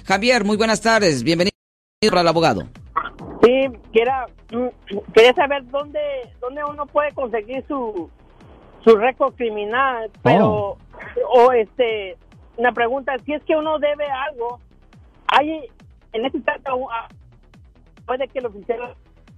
Javier, muy buenas tardes. Bienvenido al abogado. Sí, quería saber dónde uno puede conseguir su récord criminal, pero una pregunta, si es que uno debe algo, hay en este caso puede que el oficial.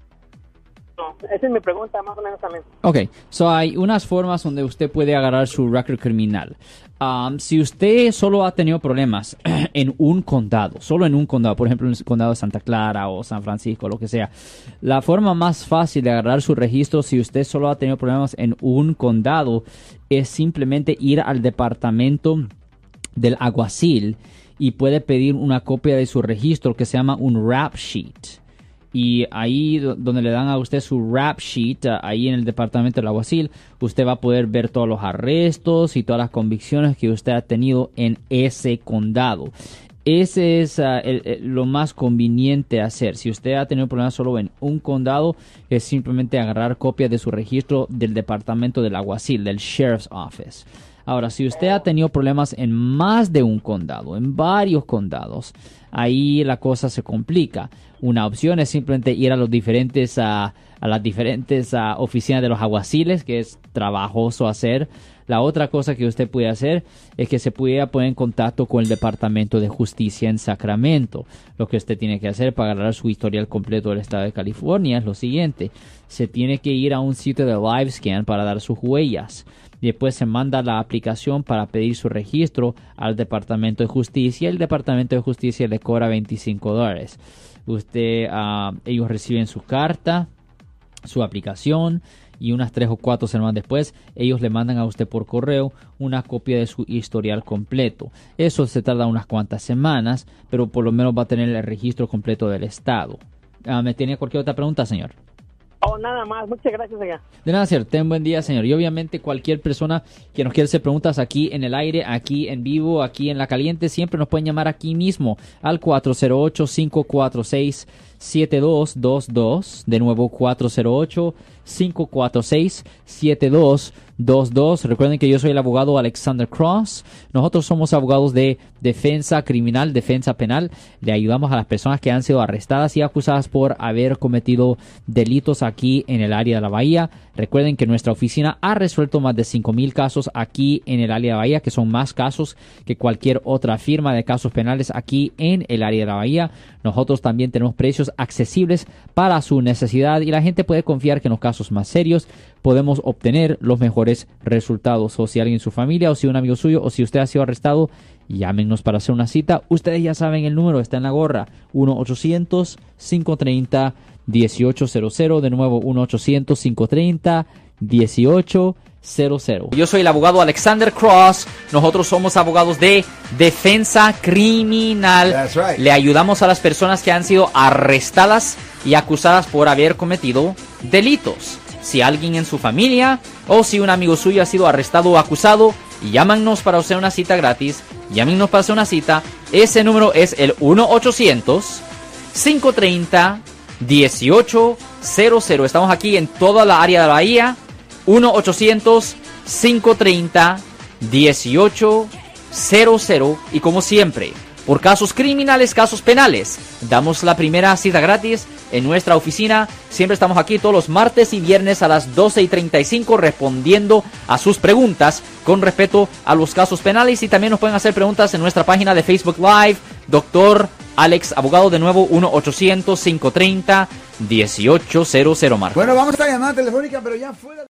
No, esa es mi pregunta, más o menos también. Ok, hay unas formas donde usted puede agarrar su récord criminal. Si usted solo ha tenido problemas en un condado, por ejemplo en el condado de Santa Clara o San Francisco, lo que sea, la forma más fácil de agarrar su registro si usted solo ha tenido problemas en un condado es simplemente ir al departamento del alguacil y puede pedir una copia de su registro que se llama un rap sheet. Y ahí donde le dan a usted su rap sheet, ahí en el departamento del alguacil, usted va a poder ver todos los arrestos y todas las convicciones que usted ha tenido en ese condado. Ese es lo más conveniente hacer. Si usted ha tenido problemas solo en un condado, es simplemente agarrar copias de su registro del departamento del alguacil, del Sheriff's Office. Ahora, si usted ha tenido problemas en más de un condado, en varios condados, ahí la cosa se complica. Una opción es simplemente ir a las diferentes oficinas de los alguaciles, que es trabajoso hacer. La otra cosa que usted puede hacer es que se pudiera poner en contacto con el Departamento de Justicia en Sacramento. Lo que usted tiene que hacer para agarrar su historial completo del estado de California es lo siguiente. Se tiene que ir a un sitio de LiveScan para dar sus huellas. Después se manda la aplicación para pedir su registro al Departamento de Justicia. El Departamento de Justicia le cobra $25. Ellos reciben su carta, su aplicación, y unas 3 o 4 semanas después, ellos le mandan a usted por correo una copia de su historial completo. Eso se tarda unas cuantas semanas, pero por lo menos va a tener el registro completo del estado. ¿Me tiene cualquier otra pregunta, señor? Oh, nada más. Muchas gracias, señor. De nada, señor. Ten buen día, señor. Y obviamente cualquier persona que nos quiera hacer preguntas aquí en el aire, aquí en vivo, aquí en La Caliente, siempre nos pueden llamar aquí mismo al 408-546-7222. De nuevo, 408-546-7222. Recuerden que yo soy el abogado Alexander Cross. Nosotros somos abogados de defensa criminal, defensa penal. Le ayudamos a las personas que han sido arrestadas y acusadas por haber cometido delitos aquí en el área de la Bahía. Recuerden que nuestra oficina ha resuelto más de 5,000 casos aquí en el área de la Bahía, que son más casos que cualquier otra firma de casos penales aquí en el área de la Bahía. Nosotros también tenemos precios accesibles para su necesidad y la gente puede confiar que en los casos más serios podemos obtener los mejores resultados. O si alguien en su familia o si un amigo suyo o si usted ha sido arrestado, llámenos para hacer una cita. Ustedes ya saben el número, está en la gorra. 1-800-530-1800. De nuevo, 1-800-530-1800. Yo soy el abogado Alexander Cross. Nosotros somos abogados de defensa criminal. That's right. Le ayudamos a las personas que han sido arrestadas y acusadas por haber cometido delitos. Si alguien en su familia o si un amigo suyo ha sido arrestado o acusado, llámanos para hacer una cita gratis. Llámenos para hacer una cita. Ese número es el 1-800-530-1800. Estamos aquí en toda la área de la Bahía. 1-800-530-1800. Y como siempre, por casos criminales, casos penales, damos la primera cita gratis en nuestra oficina. Siempre estamos aquí todos los martes y viernes a las 12:35 respondiendo a sus preguntas con respecto a los casos penales. Y también nos pueden hacer preguntas en nuestra página de Facebook Live. Doctor Alex Abogado, de nuevo, 1-800-530-1800. Marco. Bueno, vamos a esta llamada telefónica, pero ya fuera.